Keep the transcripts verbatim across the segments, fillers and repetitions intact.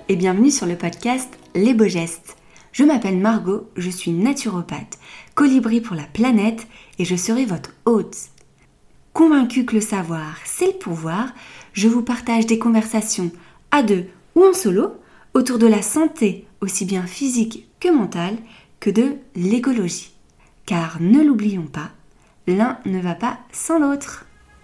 et bienvenue sur le podcast Les Beaux Gestes. Je m'appelle Margot, je suis naturopathe, colibri pour la planète et je serai votre hôte. Convaincue que le savoir, c'est le pouvoir, je vous partage des conversations à deux ou en solo autour de la santé, aussi bien physique que mentale, que de l'écologie. Car ne l'oublions pas, l'un ne va pas sans l'autre.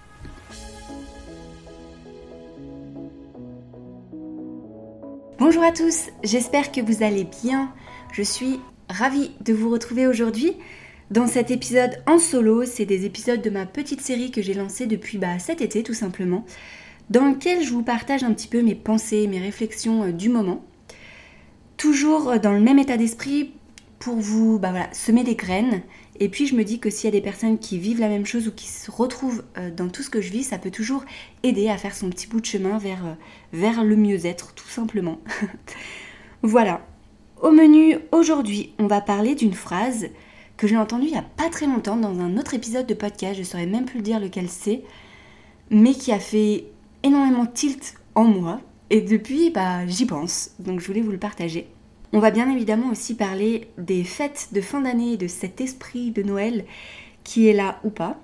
Bonjour à tous, j'espère que vous allez bien. Je suis ravie de vous retrouver aujourd'hui dans cet épisode en solo. C'est des épisodes de ma petite série que j'ai lancée depuis bah, cet été tout simplement, dans lequel je vous partage un petit peu mes pensées, mes réflexions euh, du moment. Toujours dans le même état d'esprit pour vous bah, voilà, semer des graines. Et puis je me dis que s'il y a des personnes qui vivent la même chose ou qui se retrouvent euh, dans tout ce que je vis, ça peut toujours aider à faire son petit bout de chemin vers, euh, vers le mieux-être tout simplement. Voilà. Au menu aujourd'hui, on va parler d'une phrase que j'ai entendue il n'y a pas très longtemps dans un autre épisode de podcast, je ne saurais même plus dire lequel c'est, mais qui a fait énormément tilt en moi. Et depuis, bah, j'y pense, donc je voulais vous le partager. On va bien évidemment aussi parler des fêtes de fin d'année, de cet esprit de Noël qui est là ou pas.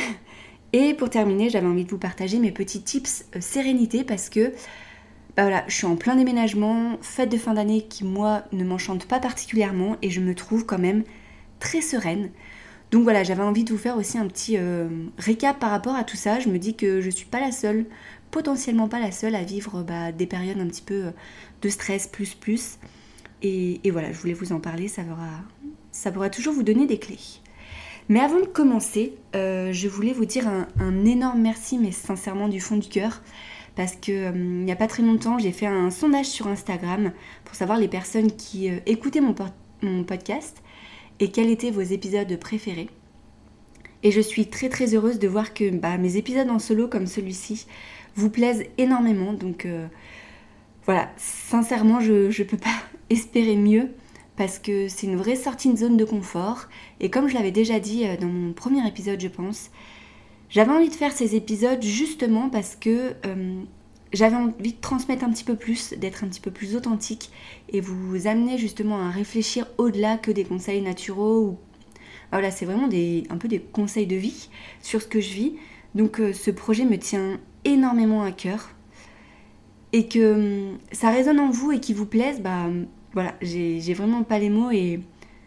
Et pour terminer, j'avais envie de vous partager mes petits tips euh, sérénité parce que bah voilà, je suis en plein déménagement, fête de fin d'année qui moi ne m'enchante pas particulièrement et je me trouve quand même très sereine. Donc voilà, j'avais envie de vous faire aussi un petit euh, récap par rapport à tout ça. Je me dis que je suis pas la seule, potentiellement pas la seule à vivre bah, des périodes un petit peu de stress plus plus. Et, et voilà, je voulais vous en parler, ça pourra, ça pourra toujours vous donner des clés. Mais avant de commencer, euh, je voulais vous dire un, un énorme merci, mais sincèrement du fond du cœur, parce que euh, il n'y a pas très longtemps, j'ai fait un sondage sur Instagram pour savoir les personnes qui euh, écoutaient mon, por- mon podcast et quels étaient vos épisodes préférés. Et je suis très très heureuse de voir que bah, mes épisodes en solo comme celui-ci vous plaisent énormément, donc... Euh, Voilà, sincèrement, je ne peux pas espérer mieux parce que c'est une vraie sortie de zone de confort. Et comme je l'avais déjà dit dans mon premier épisode, je pense, j'avais envie de faire ces épisodes justement parce que euh, j'avais envie de transmettre un petit peu plus, d'être un petit peu plus authentique et vous amener justement à réfléchir au-delà que des conseils naturaux. Ou... Voilà, c'est vraiment des, un peu des conseils de vie sur ce que je vis. Donc euh, ce projet me tient énormément à cœur. Et que ça résonne en vous et qu'il vous plaise, bah voilà, j'ai, j'ai vraiment pas les mots et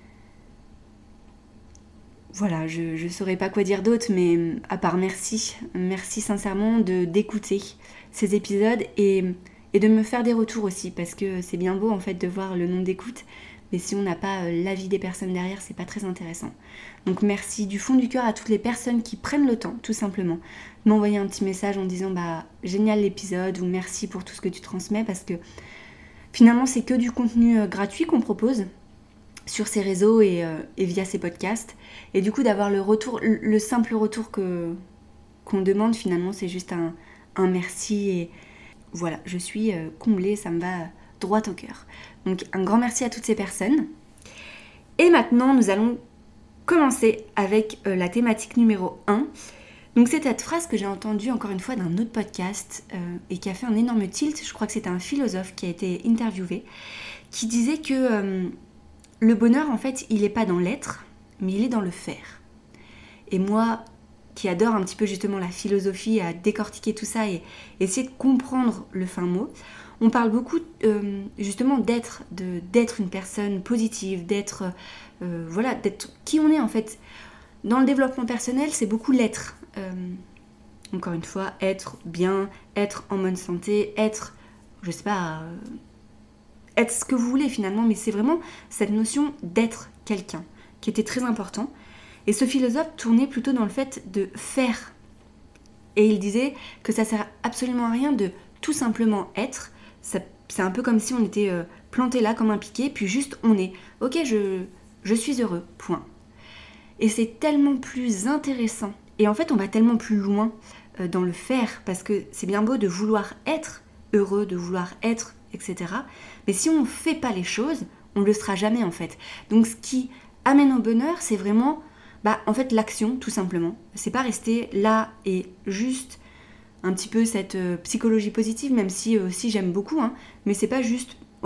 voilà, je, je saurais pas quoi dire d'autre, mais à part merci, merci sincèrement de, d'écouter ces épisodes et, et de me faire des retours aussi, parce que c'est bien beau en fait de voir le nombre d'écoutes, mais si on n'a pas l'avis des personnes derrière, c'est pas très intéressant. Donc merci du fond du cœur à toutes les personnes qui prennent le temps, tout simplement, de m'envoyer un petit message en disant bah génial l'épisode ou merci pour tout ce que tu transmets, parce que finalement c'est que du contenu euh, gratuit qu'on propose sur ces réseaux et, euh, et via ces podcasts. Et du coup d'avoir le retour, le, le simple retour que, qu'on demande finalement c'est juste un, un merci et voilà, je suis euh, comblée, ça me va droit au cœur. Donc un grand merci à toutes ces personnes. Et maintenant nous allons commencer avec euh, la thématique numéro un. Donc c'est cette phrase que j'ai entendue encore une fois d'un autre podcast euh, et qui a fait un énorme tilt. Je crois que c'était un philosophe qui a été interviewé, qui disait que euh, le bonheur en fait il n'est pas dans l'être, mais il est dans le faire. Et moi qui adore un petit peu justement la philosophie, à décortiquer tout ça et essayer de comprendre le fin mot, on parle beaucoup euh, justement d'être, de, d'être une personne positive, d'être, euh, voilà, d'être qui on est en fait. Dans le développement personnel, c'est beaucoup l'être. Euh, encore une fois, être bien, être en bonne santé, être, je sais pas, euh, être ce que vous voulez finalement, mais c'est vraiment cette notion d'être quelqu'un qui était très important. Et ce philosophe tournait plutôt dans le fait de faire. Et il disait que ça sert absolument à rien de tout simplement être. Ça, c'est un peu comme si on était euh, planté là comme un piquet, puis juste on est. Ok, je, je suis heureux, point. Et c'est tellement plus intéressant. Et en fait, on va tellement plus loin euh, dans le faire, parce que c'est bien beau de vouloir être heureux, de vouloir être, et cetera. Mais si on ne fait pas les choses, on ne le sera jamais en fait. Donc ce qui amène au bonheur, c'est vraiment, bah, en fait, l'action, tout simplement. C'est pas rester là et juste un petit peu cette euh, psychologie positive, même si aussi euh, j'aime beaucoup, hein, mais c'est pas juste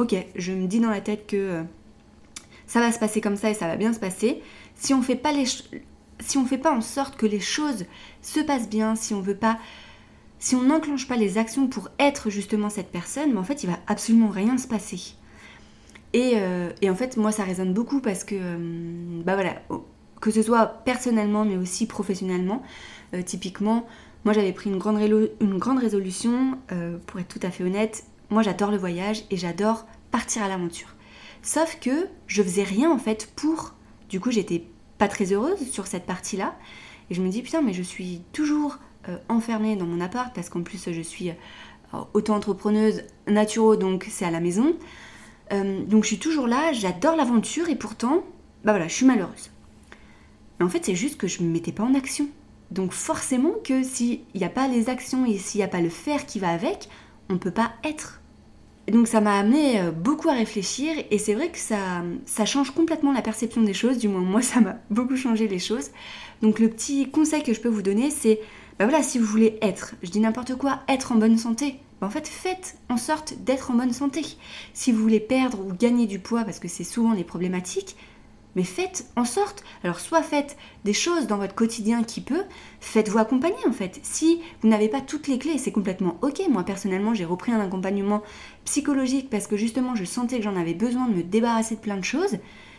ok, je me dis dans la tête que euh, ça va se passer comme ça et ça va bien se passer. Si on fait pas les ch- si on fait pas en sorte que les choses se passent bien, si on veut pas, si on n'enclenche pas les actions pour être justement cette personne, mais en fait il va absolument rien se passer. Et, euh, et en fait moi ça résonne beaucoup parce que euh, bah voilà, que ce soit personnellement mais aussi professionnellement, euh, typiquement moi j'avais pris une grande, rélo- une grande résolution, euh, pour être tout à fait honnête, moi j'adore le voyage et j'adore partir à l'aventure. Sauf que je faisais rien en fait pour, du coup j'étais pas très heureuse sur cette partie-là. Et je me dis putain mais je suis toujours euh, enfermée dans mon appart parce qu'en plus je suis euh, auto-entrepreneuse naturo donc c'est à la maison. Euh, donc je suis toujours là, j'adore l'aventure et pourtant, bah voilà, je suis malheureuse. Mais en fait c'est juste que je me mettais pas en action. Donc forcément que s'il n'y a pas les actions et s'il n'y a pas le faire qui va avec, on peut pas être. Donc ça m'a amené beaucoup à réfléchir et c'est vrai que ça, ça change complètement la perception des choses, du moins moi ça m'a beaucoup changé les choses. Donc le petit conseil que je peux vous donner c'est, bah voilà, si vous voulez être, je dis n'importe quoi, être en bonne santé, bah en fait faites en sorte d'être en bonne santé. Si vous voulez perdre ou gagner du poids, parce que c'est souvent les problématiques, mais faites en sorte, alors soit faites des choses dans votre quotidien qui peut, faites-vous accompagner en fait. Si vous n'avez pas toutes les clés, c'est complètement ok. Moi personnellement j'ai repris un accompagnement psychologique parce que justement je sentais que j'en avais besoin de me débarrasser de plein de choses.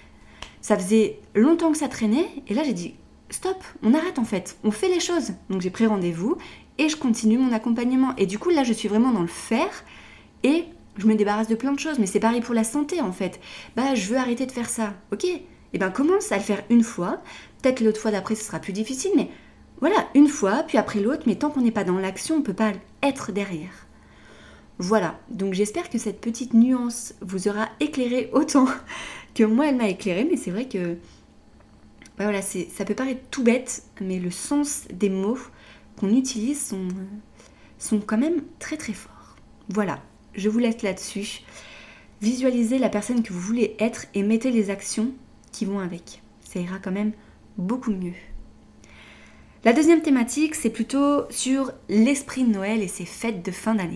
Ça faisait longtemps que ça traînait et là j'ai dit stop, on arrête en fait, on fait les choses. Donc j'ai pris rendez-vous et je continue mon accompagnement. Et du coup là je suis vraiment dans le faire et je me débarrasse de plein de choses. Mais c'est pareil pour la santé en fait. Bah je veux arrêter de faire ça, ok. Et bien commence à le faire une fois, peut-être l'autre fois d'après ce sera plus difficile, mais voilà, une fois, puis après l'autre, mais tant qu'on n'est pas dans l'action, on ne peut pas être derrière. Voilà, donc j'espère que cette petite nuance vous aura éclairé autant que moi elle m'a éclairé, mais c'est vrai que bah voilà, c'est, ça peut paraître tout bête, mais le sens des mots qu'on utilise sont, sont quand même très très forts. Voilà, je vous laisse là-dessus. Visualisez la personne que vous voulez être et mettez les actions qui vont avec. Ça ira quand même beaucoup mieux. La deuxième thématique, c'est plutôt sur l'esprit de Noël et ses fêtes de fin d'année.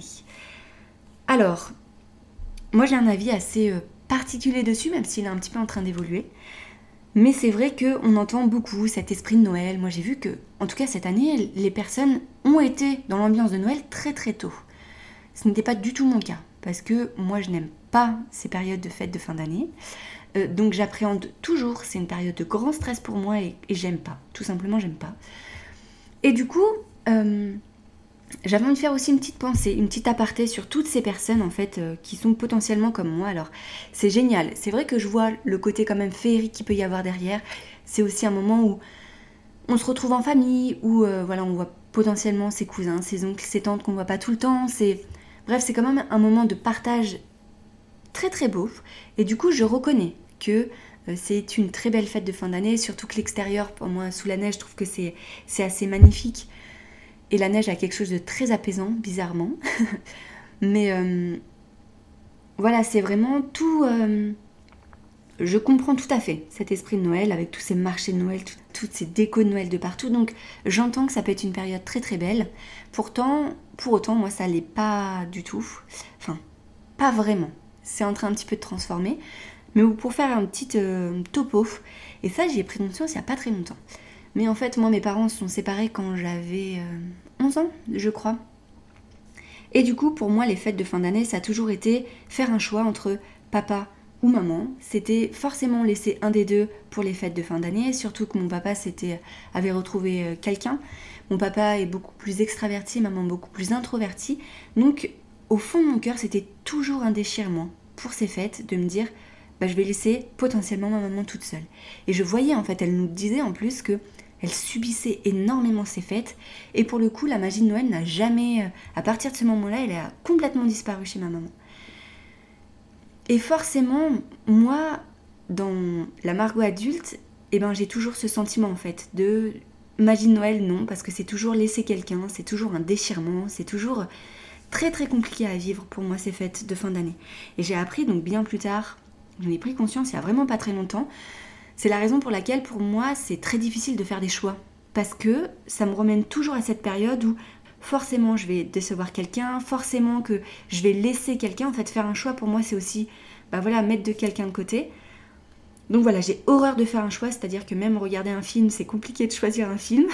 Alors, moi j'ai un avis assez particulier dessus, même s'il est un petit peu en train d'évoluer. Mais c'est vrai qu'on entend beaucoup cet esprit de Noël. Moi j'ai vu que, en tout cas cette année, les personnes ont été dans l'ambiance de Noël très très tôt. Ce n'était pas du tout mon cas, parce que moi je n'aime pas ces périodes de fêtes de fin d'année. Euh, donc j'appréhende toujours, c'est une période de grand stress pour moi et, et j'aime pas, tout simplement j'aime pas. Et du coup, euh, j'avais envie de faire aussi une petite pensée, une petite aparté sur toutes ces personnes en fait euh, qui sont potentiellement comme moi. Alors c'est génial, c'est vrai que je vois le côté quand même féerique qu'il peut y avoir derrière. C'est aussi un moment où on se retrouve en famille, où euh, voilà, on voit potentiellement ses cousins, ses oncles, ses tantes qu'on voit pas tout le temps. C'est... Bref, c'est quand même un moment de partage très très beau. Et du coup, je reconnais que euh, c'est une très belle fête de fin d'année, surtout que l'extérieur, pour moi, sous la neige, je trouve que c'est, c'est assez magnifique. Et la neige a quelque chose de très apaisant, bizarrement. Mais euh, voilà, c'est vraiment tout... Euh, je comprends tout à fait cet esprit de Noël, avec tous ces marchés de Noël, tout, toutes ces décos de Noël de partout. Donc j'entends que ça peut être une période très très belle. Pourtant, pour autant, moi, ça l'est pas du tout. Enfin, pas vraiment. C'est en train un petit peu de transformer. Mais pour faire un petit euh, topo, et ça, j'y ai pris conscience il n'y a pas très longtemps. Mais en fait, moi, mes parents se sont séparés quand j'avais euh, onze ans, je crois. Et du coup, pour moi, les fêtes de fin d'année, ça a toujours été faire un choix entre papa ou maman. C'était forcément laisser un des deux pour les fêtes de fin d'année, surtout que mon papa s'était, avait retrouvé quelqu'un. Mon papa est beaucoup plus extraverti, maman beaucoup plus introvertie. Donc, au fond de mon cœur, c'était toujours un déchirement pour ces fêtes de me dire bah, je vais laisser potentiellement ma maman toute seule. Et je voyais, en fait, elle nous disait en plus que elle subissait énormément ces fêtes. Et pour le coup, la magie de Noël n'a jamais... À partir de ce moment-là, elle a complètement disparu chez ma maman. Et forcément, moi, dans la Margot adulte, eh ben, j'ai toujours ce sentiment, en fait, de magie de Noël, non, parce que c'est toujours laisser quelqu'un, c'est toujours un déchirement, c'est toujours très très compliqué à vivre pour moi, ces fêtes de fin d'année. Et j'ai appris, donc bien plus tard, j'en ai pris conscience il n'y a vraiment pas très longtemps. C'est la raison pour laquelle, pour moi, c'est très difficile de faire des choix. Parce que ça me ramène toujours à cette période où forcément je vais décevoir quelqu'un, forcément que je vais laisser quelqu'un. En fait, faire un choix pour moi, c'est aussi bah voilà, mettre de quelqu'un de côté. Donc voilà, j'ai horreur de faire un choix, c'est-à-dire que même regarder un film, c'est compliqué de choisir un film.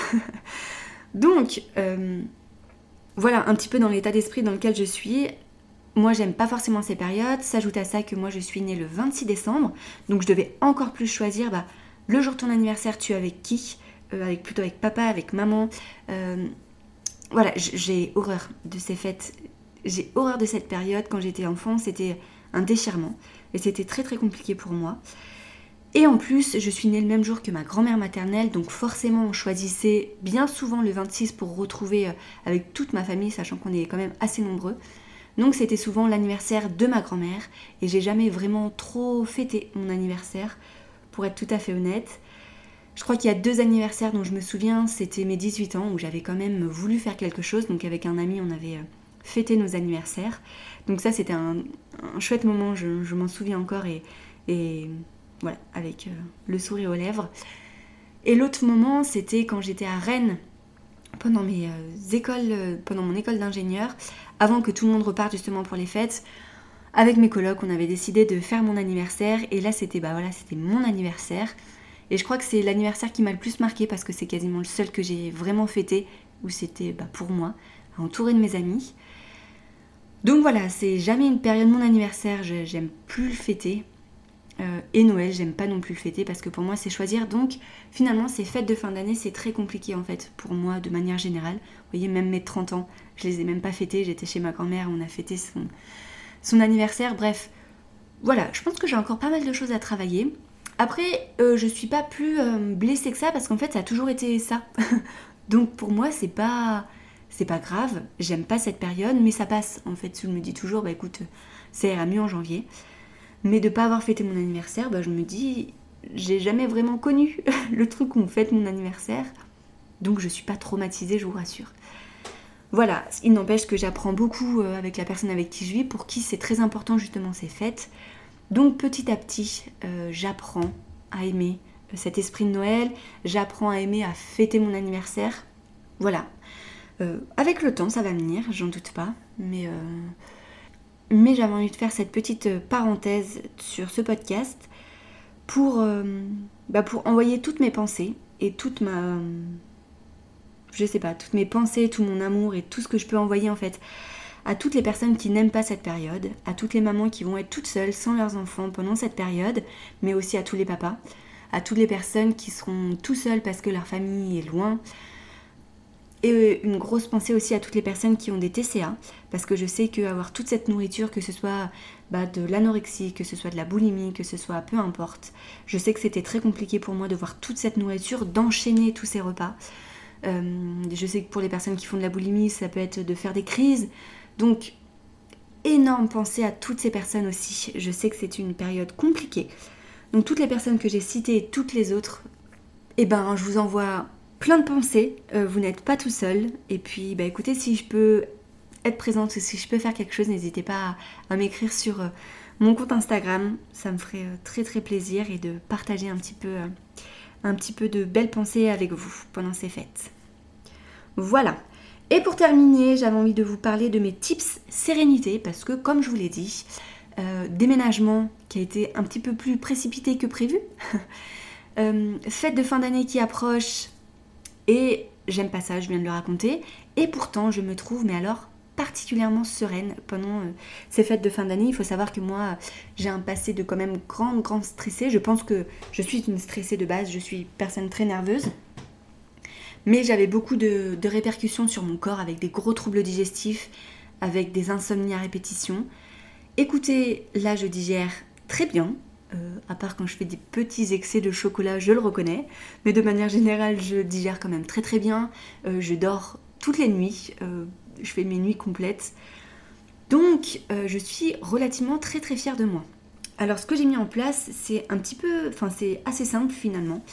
Donc, euh, voilà un petit peu dans l'état d'esprit dans lequel je suis. Moi, j'aime pas forcément ces périodes. S'ajoute à ça que moi, je suis née le vingt-six décembre. Donc, je devais encore plus choisir bah, le jour de ton anniversaire, tu es avec qui euh, avec, Plutôt avec papa, avec maman. Euh, voilà, j'ai horreur de ces fêtes. J'ai horreur de cette période. Quand j'étais enfant, c'était un déchirement. Et c'était très, très compliqué pour moi. Et en plus, je suis née le même jour que ma grand-mère maternelle. Donc, forcément, on choisissait bien souvent le vingt-six pour retrouver euh, avec toute ma famille, sachant qu'on est quand même assez nombreux. Donc c'était souvent l'anniversaire de ma grand-mère et j'ai jamais vraiment trop fêté mon anniversaire, pour être tout à fait honnête. Je crois qu'il y a deux anniversaires dont je me souviens, c'était mes dix-huit ans où j'avais quand même voulu faire quelque chose. Donc avec un ami, on avait fêté nos anniversaires. Donc ça, c'était un, un chouette moment, je, je m'en souviens encore et, et voilà, avec euh, le sourire aux lèvres. Et l'autre moment, c'était quand j'étais à Rennes pendant mes euh, écoles, euh, pendant mon école d'ingénieur, avant que tout le monde reparte justement pour les fêtes. Avec mes colocs, on avait décidé de faire mon anniversaire et là c'était bah voilà, c'était mon anniversaire et je crois que c'est l'anniversaire qui m'a le plus marqué parce que c'est quasiment le seul que j'ai vraiment fêté où c'était bah, pour moi, entouré de mes amis. Donc voilà, c'est jamais une période mon anniversaire, je, j'aime plus le fêter. Euh, et Noël, j'aime pas non plus le fêter parce que pour moi c'est choisir. Donc finalement ces fêtes de fin d'année c'est très compliqué en fait pour moi de manière générale. Vous voyez, même mes trente ans, je les ai même pas fêtés. J'étais chez ma grand-mère, on a fêté son, son anniversaire. Bref, voilà, je pense que j'ai encore pas mal de choses à travailler. Après, euh, je suis pas plus euh, blessée que ça parce qu'en fait ça a toujours été ça. Donc pour moi c'est pas, c'est pas grave, j'aime pas cette période mais ça passe. En fait, je me dis toujours, bah écoute, ça ira mieux en janvier. Mais de ne pas avoir fêté mon anniversaire, bah, je me dis, j'ai jamais vraiment connu le truc où on fête mon anniversaire. Donc je suis pas traumatisée, je vous rassure. Voilà, il n'empêche que j'apprends beaucoup avec la personne avec qui je vis, pour qui c'est très important justement ces fêtes. Donc petit à petit, euh, j'apprends à aimer cet esprit de Noël, j'apprends à aimer à fêter mon anniversaire. Voilà. Euh, avec le temps, ça va venir, j'en doute pas, mais... Euh... Mais j'avais envie de faire cette petite parenthèse sur ce podcast pour, euh, bah pour envoyer toutes mes pensées et toute ma... Euh, je sais pas, toutes mes pensées, tout mon amour et tout ce que je peux envoyer en fait à toutes les personnes qui n'aiment pas cette période, à toutes les mamans qui vont être toutes seules sans leurs enfants pendant cette période, mais aussi à tous les papas, à toutes les personnes qui seront tout seuls parce que leur famille est loin. Et une grosse pensée aussi à toutes les personnes qui ont des T C A, parce que je sais qu'avoir toute cette nourriture, que ce soit bah, de l'anorexie, que ce soit de la boulimie, que ce soit peu importe, je sais que c'était très compliqué pour moi de voir toute cette nourriture, d'enchaîner tous ces repas. Euh, je sais que pour les personnes qui font de la boulimie, ça peut être de faire des crises. Donc, énorme pensée à toutes ces personnes aussi. Je sais que c'est une période compliquée. Donc, toutes les personnes que j'ai citées et toutes les autres, eh ben, je vous envoie... plein de pensées, euh, vous n'êtes pas tout seul. Et puis, bah écoutez, si je peux être présente, si je peux faire quelque chose, n'hésitez pas à, à m'écrire sur euh, mon compte Instagram. Ça me ferait euh, très très plaisir et de partager un petit peu, euh, un petit peu de belles pensées avec vous pendant ces fêtes. Voilà. Et pour terminer, j'avais envie de vous parler de mes tips sérénité parce que, comme je vous l'ai dit, euh, déménagement qui a été un petit peu plus précipité que prévu, euh, fête de fin d'année qui approche. Et j'aime pas ça, je viens de le raconter. Et pourtant, je me trouve, mais alors, particulièrement sereine pendant euh, ces fêtes de fin d'année. Il faut savoir que moi, j'ai un passé de quand même grande, grande stressée. Je pense que je suis une stressée de base, je suis une personne très nerveuse. Mais j'avais beaucoup de, de répercussions sur mon corps avec des gros troubles digestifs, avec des insomnies à répétition. Écoutez, là, je digère très bien. Euh, à part quand je fais des petits excès de chocolat, je le reconnais. Mais de manière générale, je digère quand même très très bien. Euh, je dors toutes les nuits. Euh, je fais mes nuits complètes. Donc, euh, je suis relativement très très fière de moi. Alors, ce que j'ai mis en place, c'est un petit peu... Enfin, c'est assez simple finalement.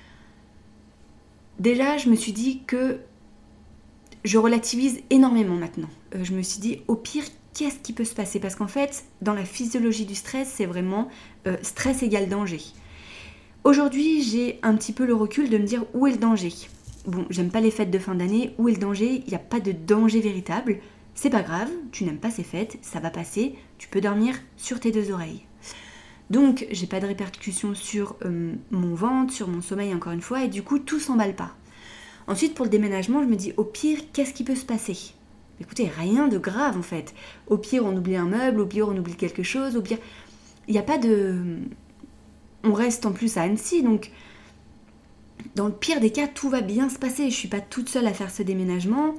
Déjà, je me suis dit que je relativise énormément maintenant. Euh, je me suis dit, au pire, qu'est-ce qui peut se passer ? Parce qu'en fait, dans la physiologie du stress, c'est vraiment euh, stress égale danger. Aujourd'hui, j'ai un petit peu le recul de me dire où est le danger. bon, j'aime pas les fêtes de fin d'année, où est le danger? Il n'y a pas de danger véritable. C'est pas grave, tu n'aimes pas ces fêtes, ça va passer, tu peux dormir sur tes deux oreilles. Donc, j'ai pas de répercussions sur euh, mon ventre, sur mon sommeil encore une fois, et du coup, tout s'emballe pas. Ensuite, pour le déménagement, je me dis, au pire, qu'est-ce qui peut se passer? Écoutez, rien de grave en fait. Au pire, on oublie un meuble, au pire, on oublie quelque chose, au pire... Il n'y a pas de... On reste en plus à Annecy, donc... Dans le pire des cas, tout va bien se passer. Je suis pas toute seule à faire ce déménagement.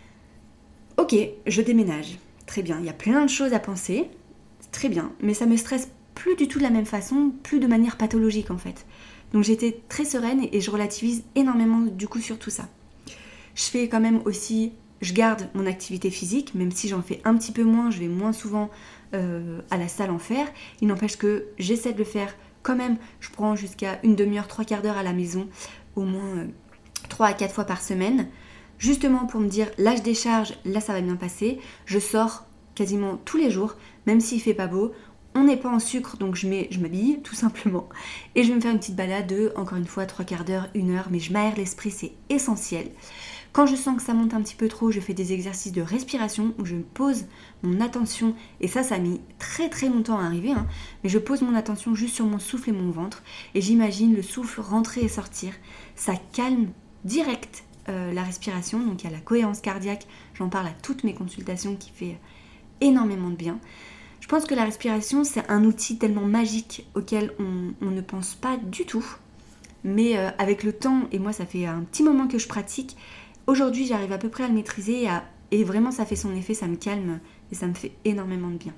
Ok, je déménage. Très bien, il y a plein de choses à penser. Très bien, mais ça me stresse plus du tout de la même façon, plus de manière pathologique en fait. Donc j'étais très sereine et je relativise énormément du coup sur tout ça. Je fais quand même aussi, je garde mon activité physique, même si j'en fais un petit peu moins, je vais moins souvent euh, à la salle en faire. Il n'empêche que j'essaie de le faire quand même. Je prends jusqu'à une demi-heure, trois quarts d'heure à la maison, au moins euh, trois à quatre fois par semaine, justement pour me dire là je décharge, là ça va bien passer. Je sors quasiment tous les jours, même s'il fait pas beau. On n'est pas en sucre, donc je, mets, je m'habille tout simplement. Et je vais me faire une petite balade de, encore une fois, trois quarts d'heure, une heure, mais je m'aère l'esprit, c'est essentiel. Quand je sens que ça monte un petit peu trop, je fais des exercices de respiration où je pose mon attention, et ça, ça a mis très très longtemps à arriver, hein, mais je pose mon attention juste sur mon souffle et mon ventre, et j'imagine le souffle rentrer et sortir. Ça calme direct euh, la respiration, donc il y a la cohérence cardiaque, j'en parle à toutes mes consultations qui fait énormément de bien. Je pense que la respiration, c'est un outil tellement magique auquel on, on ne pense pas du tout. Mais euh, avec le temps, et moi ça fait un petit moment que je pratique, aujourd'hui j'arrive à peu près à le maîtriser et, à, et vraiment ça fait son effet, ça me calme et ça me fait énormément de bien.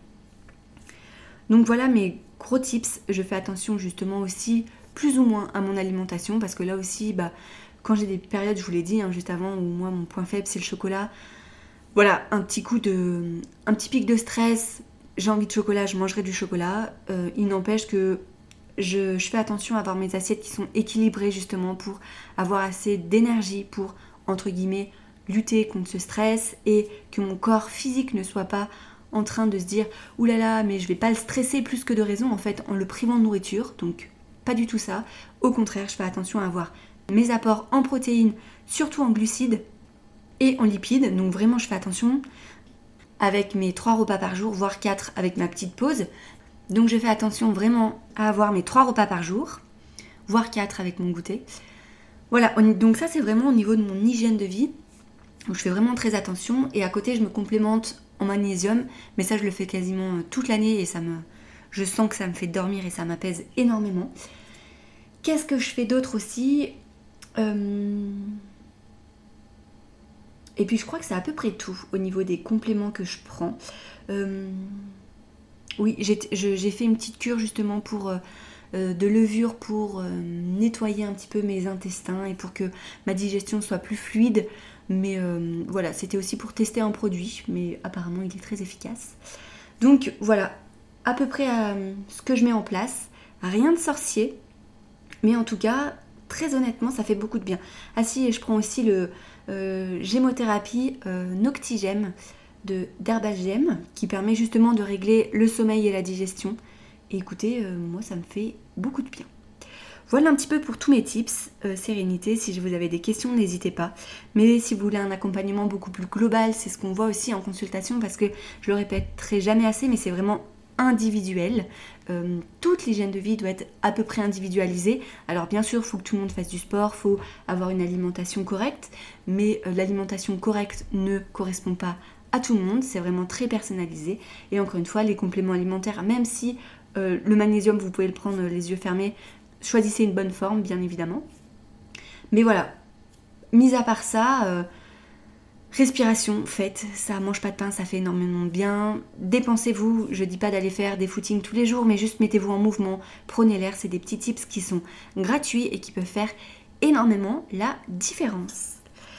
Donc voilà mes gros tips. Je fais attention justement aussi plus ou moins à mon alimentation parce que là aussi, bah, quand j'ai des périodes, je vous l'ai dit hein, juste avant, où moi mon point faible c'est le chocolat. Voilà, un petit coup de, un petit pic de stress. J'ai envie de chocolat, je mangerai du chocolat. Euh, il n'empêche que je, je fais attention à avoir mes assiettes qui sont équilibrées justement pour avoir assez d'énergie pour, entre guillemets, lutter contre ce stress et que mon corps physique ne soit pas en train de se dire « Ouh là là, mais je vais pas le stresser plus que de raison en fait en le privant de nourriture. » Donc pas du tout ça. Au contraire, je fais attention à avoir mes apports en protéines, surtout en glucides et en lipides. Donc vraiment, je fais attention avec mes trois repas par jour, voire quatre avec ma petite pause. Donc je fais attention vraiment à avoir mes trois repas par jour, voire quatre avec mon goûter. Voilà, donc ça c'est vraiment au niveau de mon hygiène de vie. Donc je fais vraiment très attention et à côté je me complémente en magnésium, mais ça je le fais quasiment toute l'année et ça me, je sens que ça me fait dormir et ça m'apaise énormément. Qu'est-ce que je fais d'autre aussi euh... Et puis je crois que c'est à peu près tout au niveau des compléments que je prends. Euh, oui, j'ai, j'ai fait une petite cure justement pour euh, de levure pour euh, nettoyer un petit peu mes intestins et pour que ma digestion soit plus fluide. Mais euh, voilà, c'était aussi pour tester un produit, mais apparemment il est très efficace. Donc voilà, à peu près euh, ce que je mets en place. Rien de sorcier, mais en tout cas, très honnêtement, ça fait beaucoup de bien. Ah si, et je prends aussi le... Euh, gémothérapie euh, Noctigem de d'Herbagem qui permet justement de régler le sommeil et la digestion. Et écoutez, euh, moi ça me fait beaucoup de bien. Voilà un petit peu pour tous mes tips. Euh, sérénité, si vous avez des questions, n'hésitez pas. Mais si vous voulez un accompagnement beaucoup plus global, c'est ce qu'on voit aussi en consultation parce que je le répéterai jamais assez, mais c'est vraiment individuel. Euh, toute l'hygiène de vie doit être à peu près individualisée. Alors bien sûr, il faut que tout le monde fasse du sport, il faut avoir une alimentation correcte, mais euh, l'alimentation correcte ne correspond pas à tout le monde, c'est vraiment très personnalisé. Et encore une fois, les compléments alimentaires, même si euh, le magnésium, vous pouvez le prendre les yeux fermés, choisissez une bonne forme, bien évidemment. Mais voilà, mis à part ça... Euh, Respiration, faites, ça mange pas de pain, ça fait énormément de bien. Dépensez-vous, je dis pas d'aller faire des footings tous les jours, mais juste mettez-vous en mouvement, prenez l'air, c'est des petits tips qui sont gratuits et qui peuvent faire énormément la différence.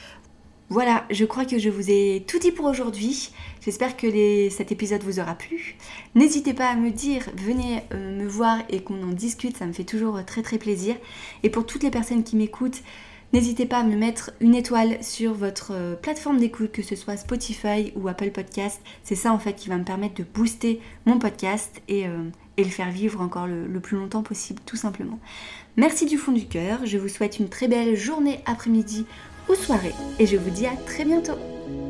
Voilà, je crois que je vous ai tout dit pour aujourd'hui. J'espère que les... cet épisode vous aura plu. N'hésitez pas à me dire, venez euh, me voir et qu'on en discute, ça me fait toujours très très plaisir. Et pour toutes les personnes qui m'écoutent, n'hésitez pas à me mettre une étoile sur votre plateforme d'écoute, que ce soit Spotify ou Apple Podcast. C'est ça en fait qui va me permettre de booster mon podcast et, euh, et le faire vivre encore le, le plus longtemps possible, tout simplement. Merci du fond du cœur. Je vous souhaite une très belle journée, après-midi ou soirée. Et je vous dis à très bientôt.